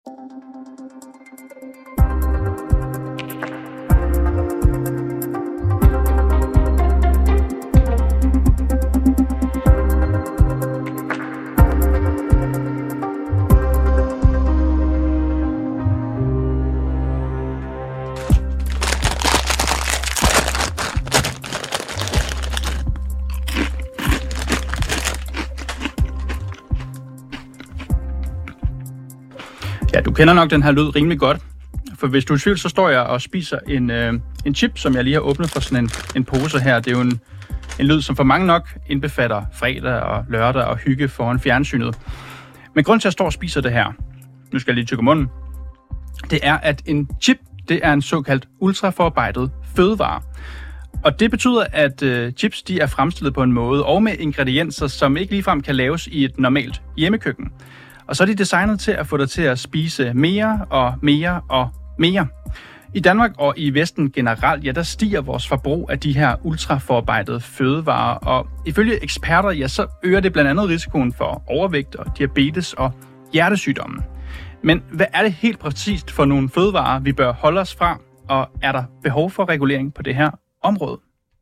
Ja, du kender nok den her lyd rimelig godt, for hvis du er i tvivl, så står jeg og spiser en chip, som jeg lige har åbnet for sådan en pose her. Det er jo en lyd, som for mange nok indbefatter fredag og lørdag og hygge foran fjernsynet. Men grunden til, at jeg står og spiser det her, nu skal jeg lige tykke munden, det er, at en chip, det er en såkaldt ultraforarbejdet fødevare. Og det betyder, at chips de er fremstillet på en måde og med ingredienser, som ikke ligefrem kan laves i et normalt hjemmekøkken. Og så er de designet til at få dig til at spise mere og mere og mere. I Danmark og i Vesten generelt, ja, der stiger vores forbrug af de her ultraforarbejdede fødevarer. Og ifølge eksperter, ja, så øger det blandt andet risikoen for overvægt og diabetes og hjertesygdomme. Men hvad er det helt præcist for nogle fødevarer, vi bør holde os fra? Og er der behov for regulering på det her område?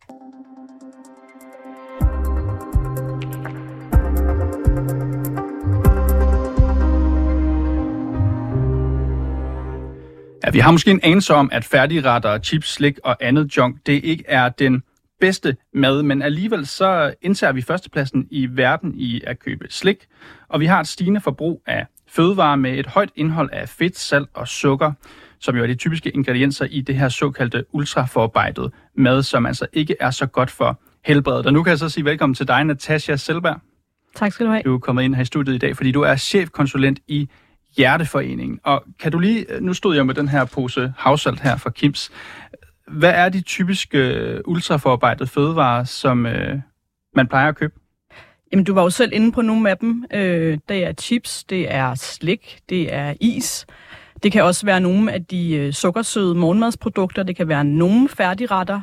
Ja, vi har måske en anelse om, at færdigretter, chips, slik og andet junk, det ikke er den bedste mad, men alligevel så indtager vi førstepladsen i verden i at købe slik, og vi har et stigende forbrug af fødevarer med et højt indhold af fedt, salt og sukker, som jo er de typiske ingredienser i det her såkaldte ultraforarbejdede mad, som altså ikke er så godt for helbredet. Og nu kan jeg så sige velkommen til dig, Natasha Selberg. Tak skal du have. Du er kommet ind her i studiet i dag, fordi du er chefkonsulent i Hjerteforeningen. Og kan du lige, nu stod jeg med den her pose havsalt her fra Kims. Hvad er de typiske ultraforarbejdede fødevarer, som man plejer at købe? Jamen, du var jo selv inde på nogle af dem. Det er chips, det er slik, det er is. Det kan også være nogle af de sukkersøde morgenmadsprodukter. Det kan være nogle færdigretter.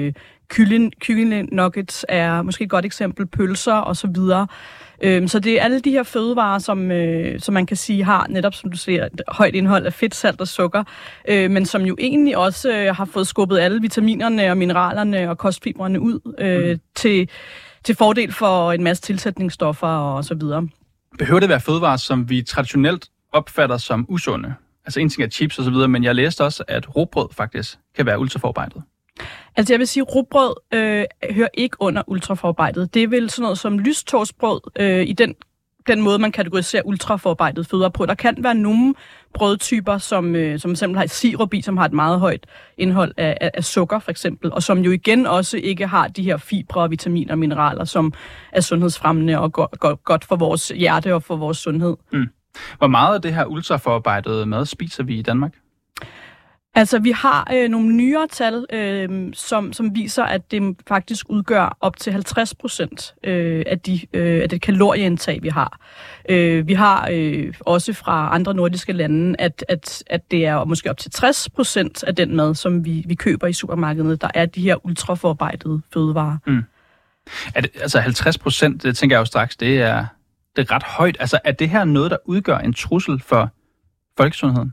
Kylling nuggets er måske et godt eksempel. Pølser osv. Så det er alle de her fødevarer, som man kan sige har netop, som du siger, et højt indhold af fedt, salt og sukker, men som jo egentlig også har fået skubbet alle vitaminerne og mineralerne og kostfibrene ud til fordel for en masse tilsætningsstoffer og så videre. Behøver det være fødevarer, som vi traditionelt opfatter som usunde? Altså en ting er chips og så videre, men jeg læste også, at rugbrød faktisk kan være ultraforarbejdet. Altså jeg vil sige, at rugbrød hører ikke under ultraforarbejdet. Det er vel sådan noget som lysttoastbrød i den måde, man kategoriserer ultraforarbejdet fødevarer på. Der kan være nogle brødtyper, som simpelthen har sirup i, som har et meget højt indhold af sukker for eksempel, og som jo igen også ikke har de her fibre, vitaminer og mineraler, som er sundhedsfremmende og godt for vores hjerte og for vores sundhed. Mm. Hvor meget af det her ultraforarbejdede mad spiser vi i Danmark? Altså, vi har nogle nyere tal, som viser, at det faktisk udgør op til 50% af det kalorieindtag, vi har. Vi har også fra andre nordiske lande, at det er måske op til 60% af den mad, som vi køber i supermarkederne, der er de her ultraforarbejdede fødevarer. Mm. Altså 50%, det tænker jeg jo straks, det er ret højt. Altså, er det her noget, der udgør en trussel for folkesundheden?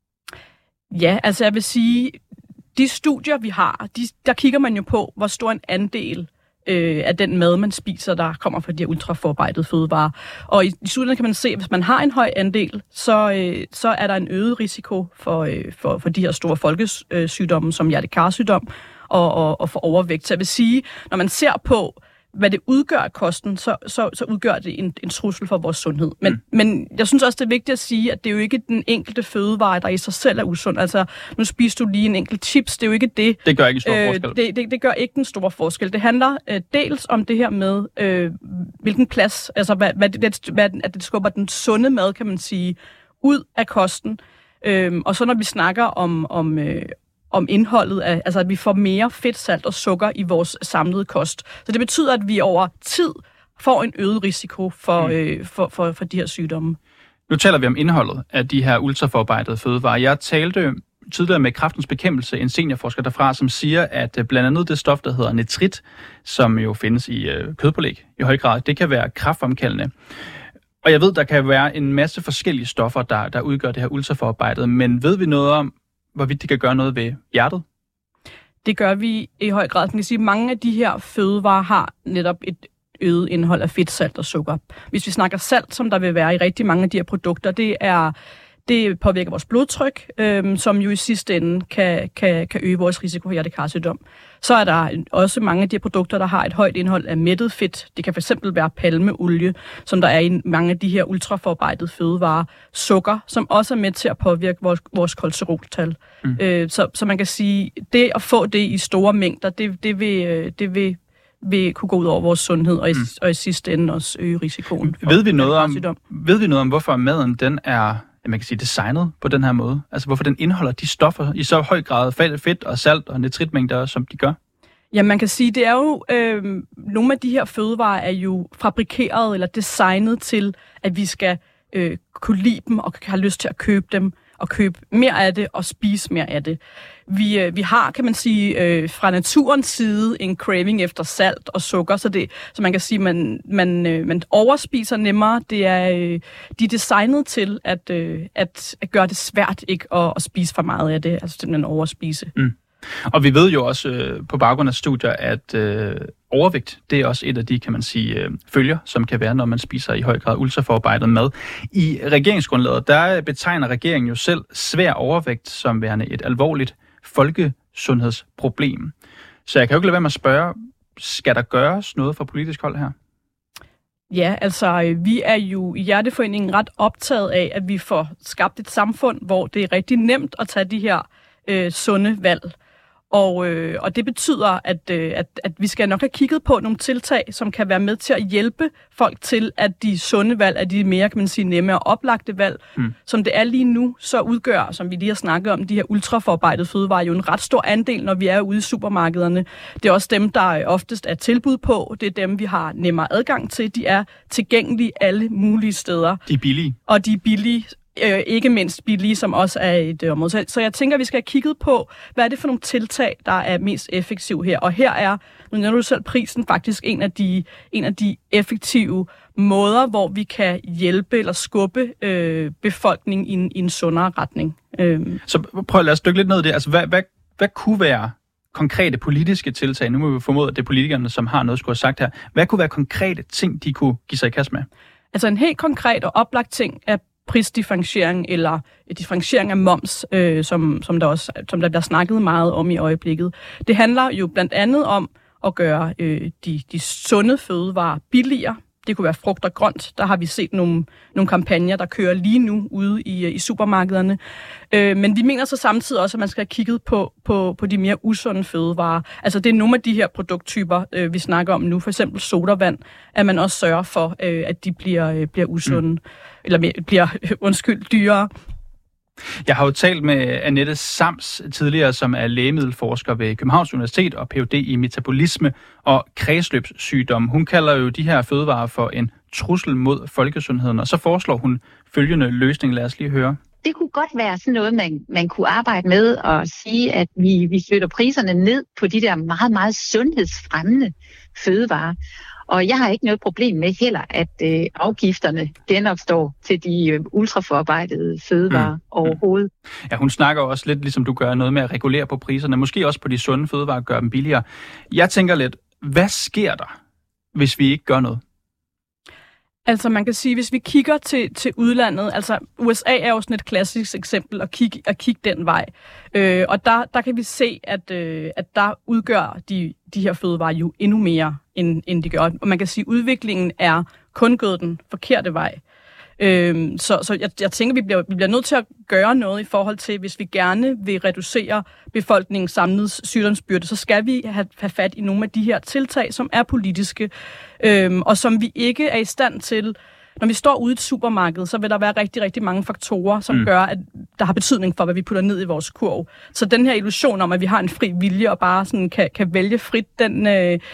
Ja, altså jeg vil sige, de studier, vi har, der kigger man jo på, hvor stor en andel af den mad, man spiser, der kommer fra de her ultraforarbejdede fødevarer. Og i studierne kan man se, at hvis man har en høj andel, så er der en øget risiko for de her store folkesygdomme, som hjertekarsygdom og for overvægt. Så jeg vil sige, når man ser på, hvad det udgør af kosten, så udgør det en trussel for vores sundhed. Men jeg synes også, det er vigtigt at sige, at det er jo ikke den enkelte fødevare, der i sig selv er usund. Altså, nu spiser du lige en enkelt chips, det er jo ikke det. Det gør ikke en stor forskel. Det gør ikke den store forskel. Det handler dels om det her med, hvilken plads, altså at det skubber den sunde mad, kan man sige, ud af kosten. Og så når vi snakker om indholdet af, altså at vi får mere fedt, salt og sukker i vores samlede kost. Så det betyder, at vi over tid får en øget risiko for de her sygdomme. Nu taler vi om indholdet af de her ultraforarbejdede fødevarer. Jeg talte tidligere med Kræftens Bekæmpelse, en seniorforsker derfra, som siger, at blandt andet det stof, der hedder nitrit, som jo findes i kødpålæg i høj grad, det kan være kræftfremkaldende. Og jeg ved, der kan være en masse forskellige stoffer, der udgør det her ultraforarbejdet, men ved vi noget om, hvorvidt det kan gøre noget ved hjertet? Det gør vi i høj grad. Man kan sige, at mange af de her fødevarer har netop et øget indhold af fedt, salt og sukker. Hvis vi snakker salt, som der vil være i rigtig mange af de her produkter, det påvirker vores blodtryk, som jo i sidste ende kan øge vores risiko for hjertekarsygdom. Så er der også mange af de her produkter, der har et højt indhold af mættet fedt. Det kan fx være palmeolie, som der er i mange af de her ultraforarbejdede fødevarer. Sukker, som også er med til at påvirke vores kolesteroltal. Så man kan sige, det at få det i store mængder, det vil kunne gå ud over vores sundhed, og i sidste ende også øge risikoen for hjertekarsygdom. Ved vi noget om, hvorfor maden den er, man kan sige, designet på den her måde? Altså hvorfor den indeholder de stoffer i så høj grad fedt og salt og nitritmængder, som de gør? Ja, man kan sige, det er jo, nogle af de her fødevarer er jo fabrikeret eller designet til, at vi skal kunne lide dem og have lyst til at købe dem, og købe mere af det og spise mere af det. Vi har, kan man sige, fra naturens side en craving efter salt og sukker, så man kan sige, man overspiser nemmere. De er designet til at gøre det svært ikke at spise for meget af det, altså simpelthen overspise. Og vi ved jo også på baggrund af studier, at overvægt, det er også et af de, kan man sige, følger, som kan være, når man spiser i høj grad ultraforarbejdet mad. I regeringsgrundlaget, der betegner regeringen jo selv svær overvægt som værende et alvorligt folkesundhedsproblem. Så jeg kan jo ikke lade være med at spørge, skal der gøres noget fra politisk hold her? Ja, altså vi er jo i Hjerteforeningen ret optaget af, at vi får skabt et samfund, hvor det er rigtig nemt at tage de her sunde valg. Og det betyder, at vi skal nok have kigget på nogle tiltag, som kan være med til at hjælpe folk til, at de sunde valg er de mere, kan man sige, nemme og oplagte valg. Som det er lige nu, så udgør, som vi lige har snakket om, de her ultraforarbejdede fødevarer jo en ret stor andel, når vi er ude i supermarkederne. Det er også dem, der oftest er tilbud på. Det er dem, vi har nemmere adgang til. De er tilgængelige alle mulige steder. De er billige. Og de er billige. Ikke mindst billige, som også er et område. Så jeg tænker, at vi skal have kigget på, hvad er det for nogle tiltag, der er mest effektive her. Og her er, nu nævner du selv prisen, faktisk en af de effektive måder, hvor vi kan hjælpe eller skubbe befolkningen i en sundere retning. Så prøv at lade os dykke lidt ned i det. Altså, hvad kunne være konkrete politiske tiltag? Nu må vi formode, at det er politikerne, som har noget, skulle have sagt her. Hvad kunne være konkrete ting, de kunne give sig i kast med? Altså en helt konkret og oplagt ting er prisdifferentiering eller differentiering af moms, som der bliver snakket meget om i øjeblikket. Det handler jo blandt andet om at gøre de sunde fødevarer billigere. Det kunne være frugt og grønt. Der har vi set nogle kampagner, der kører lige nu ude i supermarkederne. Men vi mener så samtidig også, at man skal have kigget på de mere usunde fødevarer. Altså det er nogle af de her produkttyper, vi snakker om nu. For eksempel sodavand, at man også sørger for, at de bliver usunde. Eller bliver, dyrere. Jeg har jo talt med Annette Sams tidligere, som er lægemiddelforsker ved Københavns Universitet og Ph.D. i metabolisme og kredsløbssygdomme. Hun kalder jo de her fødevarer for en trussel mod folkesundheden, og så foreslår hun følgende løsning. Lad os lige høre. Det kunne godt være sådan noget, man kunne arbejde med og sige, at vi flytter priserne ned på de der meget, meget sundhedsfremmende fødevarer. Og jeg har ikke noget problem med heller, at afgifterne genopstår til de ultraforarbejdede fødevarer overhovedet. Ja, hun snakker også lidt, ligesom du gør, noget med at regulere på priserne. Måske også på de sunde fødevarer, gøre dem billigere. Jeg tænker lidt, hvad sker der, hvis vi ikke gør noget? Altså man kan sige, hvis vi kigger til udlandet, altså USA er jo sådan et klassisk eksempel at kigge den vej. Og der kan vi se, at der udgør de her fødevarer jo endnu mere, end de gør. Og man kan sige, at udviklingen er kun gået den forkerte vej. Så jeg tænker, vi bliver nødt til at gøre noget i forhold til, hvis vi gerne vil reducere befolkningens samlede sygdomsbyrde, så skal vi have fat i nogle af de her tiltag, som er politiske, og som vi ikke er i stand til. Når vi står ude i et supermarked, så vil der være rigtig, rigtig mange faktorer, som gør, at der har betydning for, hvad vi putter ned i vores kurv. Så den her illusion om, at vi har en fri vilje og bare sådan kan vælge frit, den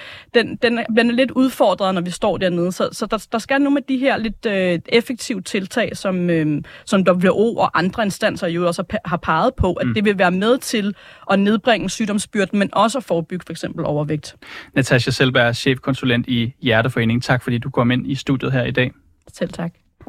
er lidt udfordret, når vi står dernede. Så der skal nogle af de her lidt effektive tiltag, som WHO og andre instanser jo også har peget på, at det vil være med til at nedbringe sygdomsbyrden, men også at forebygge for eksempel overvægt. Natasha Selberg, chefkonsulent i Hjerteforeningen. Tak fordi du kom ind i studiet her i dag. Selv tak.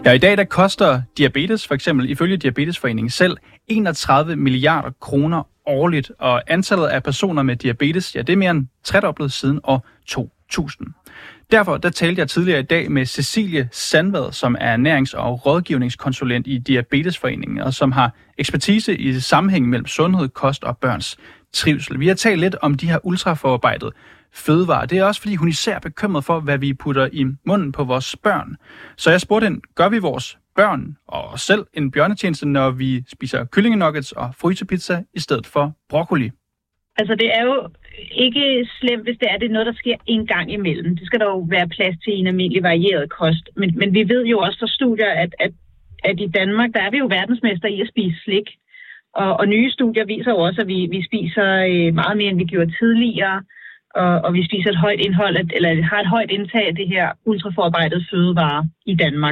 Ja, i dag der koster diabetes, for eksempel ifølge Diabetesforeningen selv, 31 milliarder kroner årligt, og antallet af personer med diabetes, ja, det er mere end tredoblet siden år 2000. Derfor der talte jeg tidligere i dag med Cecilie Sandvad, som er ernærings- og rådgivningskonsulent i Diabetesforeningen, og som har ekspertise i sammenhæng mellem sundhed, kost og børns trivsel. Vi har talt lidt om de her ultraforarbejdede fødevarer. Det er også, fordi hun især er bekymret for, hvad vi putter i munden på vores børn. Så jeg spurgte hende, gør vi vores børn og os selv en bjørnetjeneste, når vi spiser kyllingenuggets og frysepizza i stedet for broccoli? Altså, det er jo ikke slemt, hvis det er noget, der sker en gang imellem. Det skal der jo være plads til i en almindelig varieret kost. Men vi ved jo også fra studier, at i Danmark, der er vi jo verdensmester i at spise slik. Og nye studier viser jo også, at vi spiser meget mere, end vi gjorde tidligere. Og vi spiser et højt indhold, eller har et højt indtag af det her ultraforarbejdede fødevarer i Danmark.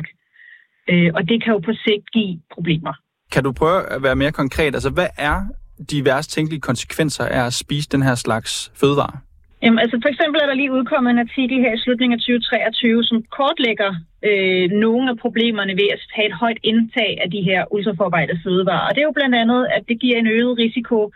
Og det kan jo på sigt give problemer. Kan du prøve at være mere konkret? Altså, hvad er de værst tænkelige konsekvenser af at spise den her slags fødevarer? Jamen, altså for eksempel er der lige udkommet en artikel her i slutningen af 2023, som kortlægger nogle af problemerne ved at have et højt indtag af de her ultraforarbejdede fødevarer. Og det er jo blandt andet, at det giver en øget risiko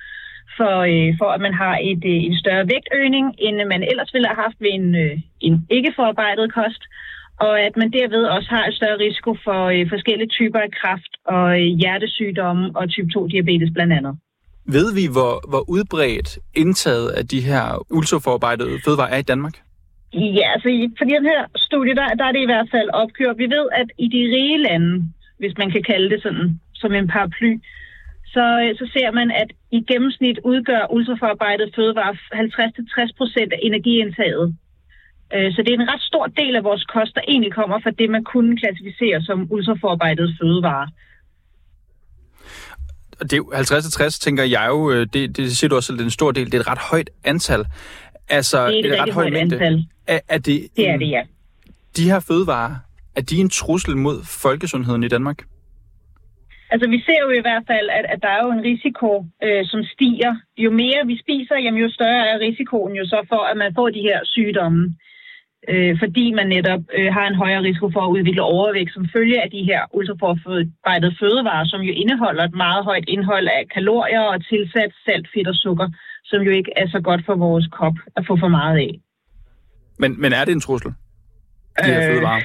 for at man har en større vægtøgning, end man ellers ville have haft ved en ikke-forarbejdet kost. Og at man derved også har et større risiko for forskellige typer af kræft og hjertesygdomme og type 2-diabetes blandt andet. Ved vi, hvor udbredt indtaget af de her ultraforarbejdede fødevarer er i Danmark? Ja, altså for den her studie, der er det i hvert fald opgjort. Vi ved, at i de rige lande, hvis man kan kalde det sådan, som en paraply, så ser man, at i gennemsnit udgør ultraforarbejdet fødevarer 50-60% af energiindtaget. Så det er en ret stor del af vores kost, der egentlig kommer fra det, man kunne klassificere som ultraforarbejdet fødevarer. Det er jo 50-60, tænker jeg jo, det siger du også, at det er en stor del, det er et ret højt antal. Altså, det er et ret højt antal. Det er det, ja. De her fødevarer, er de en trussel mod folkesundheden i Danmark? Altså, vi ser jo i hvert fald, at der er jo en risiko, som stiger. Jo mere vi spiser, jo større er risikoen jo så for, at man får de her sygdomme. Fordi man netop har en højere risiko for at udvikle overvægt som følge af de her ultraforarbejdede fødevarer, som jo indeholder et meget højt indhold af kalorier og tilsat salt, fedt og sukker, som jo ikke er så godt for vores krop at få for meget af. Men er det en trussel, de her fødevarer?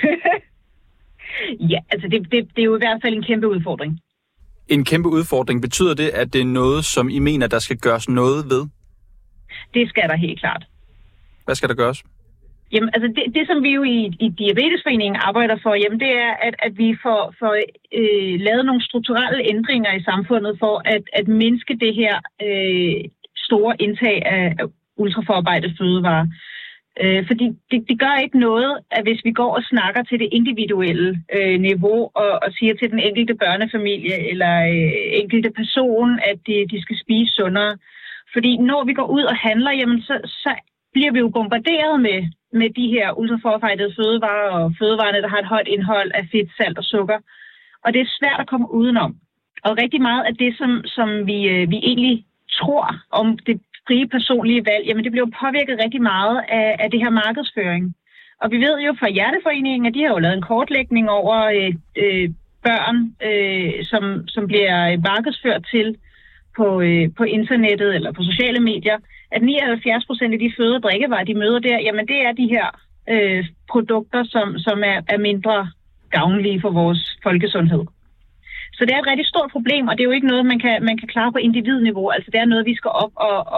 Ja, altså det er jo i hvert fald en kæmpe udfordring. En kæmpe udfordring. Betyder det, at det er noget, som I mener, der skal gøres noget ved? Det skal der helt klart. Hvad skal der gøres? Jamen, altså det som vi jo i Diabetesforeningen arbejder for, jamen det er, at vi får lavet nogle strukturelle ændringer i samfundet for at mindske det her store indtag af ultraforarbejdet fødevarer. Fordi det gør ikke noget, at hvis vi går og snakker til det individuelle niveau og siger til den enkelte børnefamilie eller enkelte person, at de skal spise sundere. Fordi når vi går ud og handler, jamen så bliver vi jo bombarderet med de her ultraforarbejdede fødevarer og fødevarerne, der har et højt indhold af fedt, salt og sukker. Og det er svært at komme udenom. Og rigtig meget af det, som vi egentlig tror om det frie personlige valg, jamen det bliver påvirket rigtig meget af det her markedsføring. Og vi ved jo fra Hjerteforeningen, at de har jo lavet en kortlægning over børn, som bliver markedsført til på internettet eller på sociale medier, at 79% af de føde- og drikkevarer, de møder der, jamen det er de her produkter, som er mindre gavnlige for vores folkesundhed. Så det er et rigtig stort problem, og det er jo ikke noget, man kan klare på individniveau. Altså det er noget, vi skal op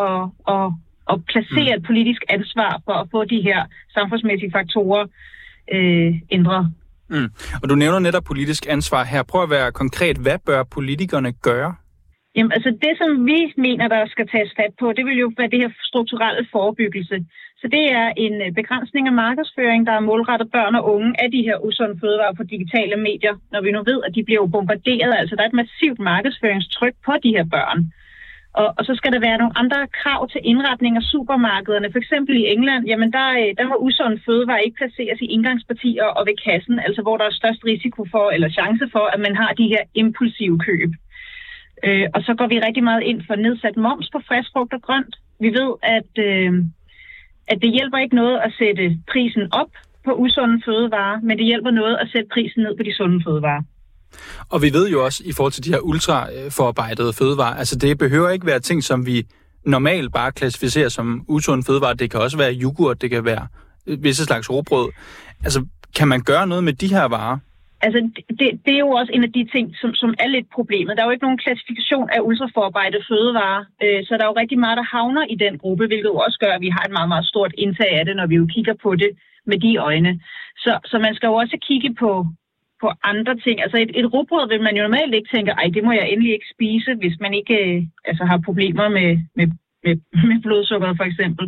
og placere et politisk ansvar for at få de her samfundsmæssige faktorer ændret. Mm. Og du nævner netop politisk ansvar her. Prøv at være konkret. Hvad bør politikerne gøre? Jamen, altså det, som vi mener, der skal tages fat på, det vil jo være det her strukturelle forebyggelse. Så det er en begrænsning af markedsføring, der er målrettet børn og unge af de her usunde fødevarer på digitale medier, når vi nu ved, at de bliver bombarderet. Altså der er et massivt markedsføringstryk på de her børn. Og så skal der være nogle andre krav til indretning af supermarkederne. For eksempel i England, jamen der må usunde fødevarer ikke placeres i indgangspartier og ved kassen, altså hvor der er størst risiko for, eller chance for, at man har de her impulsive køb. Og så går vi rigtig meget ind for nedsat moms på frisk frugt og grønt. Vi ved, at det hjælper ikke noget at sætte prisen op på usunde fødevarer, men det hjælper noget at sætte prisen ned på de sunde fødevarer. Og vi ved jo også, i forhold til de her ultraforarbejdede fødevarer, altså det behøver ikke være ting, som vi normalt bare klassificerer som usunde fødevarer. Det kan også være yoghurt, det kan være visse slags rugbrød. Altså, kan man gøre noget med de her varer? Altså, det er jo også en af de ting, som er lidt problemet. Der er jo ikke nogen klassifikation af ultraforarbejdede fødevarer, så der er jo rigtig meget, der havner i den gruppe, hvilket jo også gør, at vi har et meget, meget stort indtag af det, når vi jo kigger på det med de øjne. Så man skal jo også kigge på andre ting. Altså et rugbrød vil man jo normalt ikke tænke, det må jeg endelig ikke spise, hvis man ikke har problemer med blodsukkeret for eksempel.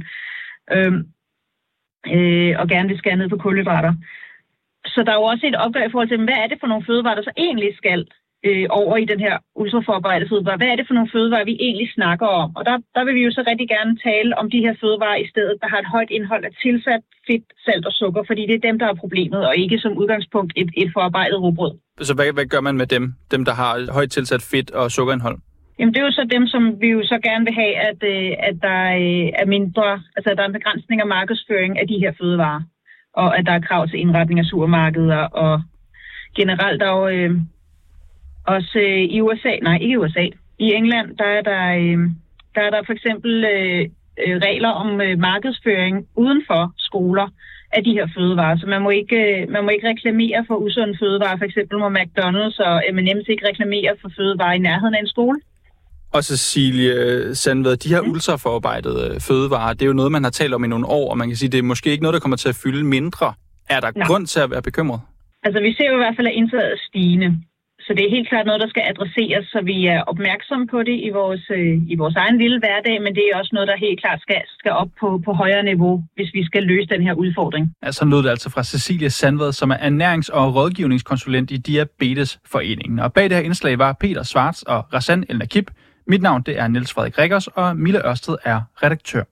Og gerne vil skære ned på kulhydrater. Så der er jo også et opgør i forhold til, hvad er det for nogle fødevarer, der så egentlig skal over i den her ultraforarbejdede fødevare? Hvad er det for nogle fødevarer, vi egentlig snakker om? Og der vil vi jo så rigtig gerne tale om de her fødevarer i stedet, der har et højt indhold af tilsat fedt, salt og sukker, fordi det er dem, der er problemet, og ikke som udgangspunkt et forarbejdet rugbrød. Så hvad gør man med dem, der har et højt tilsat fedt og sukkerindhold? Jamen det er jo så dem, som vi jo så gerne vil have, at der er mindre, altså der er en begrænsning af markedsføring af de her fødevarer, og at der er krav til indretning af supermarkeder, og generelt der er jo også i USA, ikke i USA, i England, der er der for eksempel regler om markedsføring uden for skoler af de her fødevarer, så man må ikke reklamere for usunde fødevarer, for eksempel må McDonald's og M&M's ikke reklamere for fødevarer i nærheden af en skole. Og Cecilie Sandvad, de her ultraforarbejdede fødevarer, det er jo noget, man har talt om i nogle år, og man kan sige, det er måske ikke noget, der kommer til at fylde mindre. Er der grund til at være bekymret? Altså, vi ser jo i hvert fald, at indtaget er stigende. Så det er helt klart noget, der skal adresseres, så vi er opmærksomme på det i vores egen lille hverdag, men det er også noget, der helt klart skal op på højere niveau, hvis vi skal løse den her udfordring. Altså lød det altså fra Cecilie Sandvad, som er ernærings- og rådgivningskonsulent i Diabetesforeningen. Og bag det her indslag var Peter Schwartz og Razan El Nakib. Mit navn det er Niels Frederik Rikkers, og Mille Ørsted er redaktør.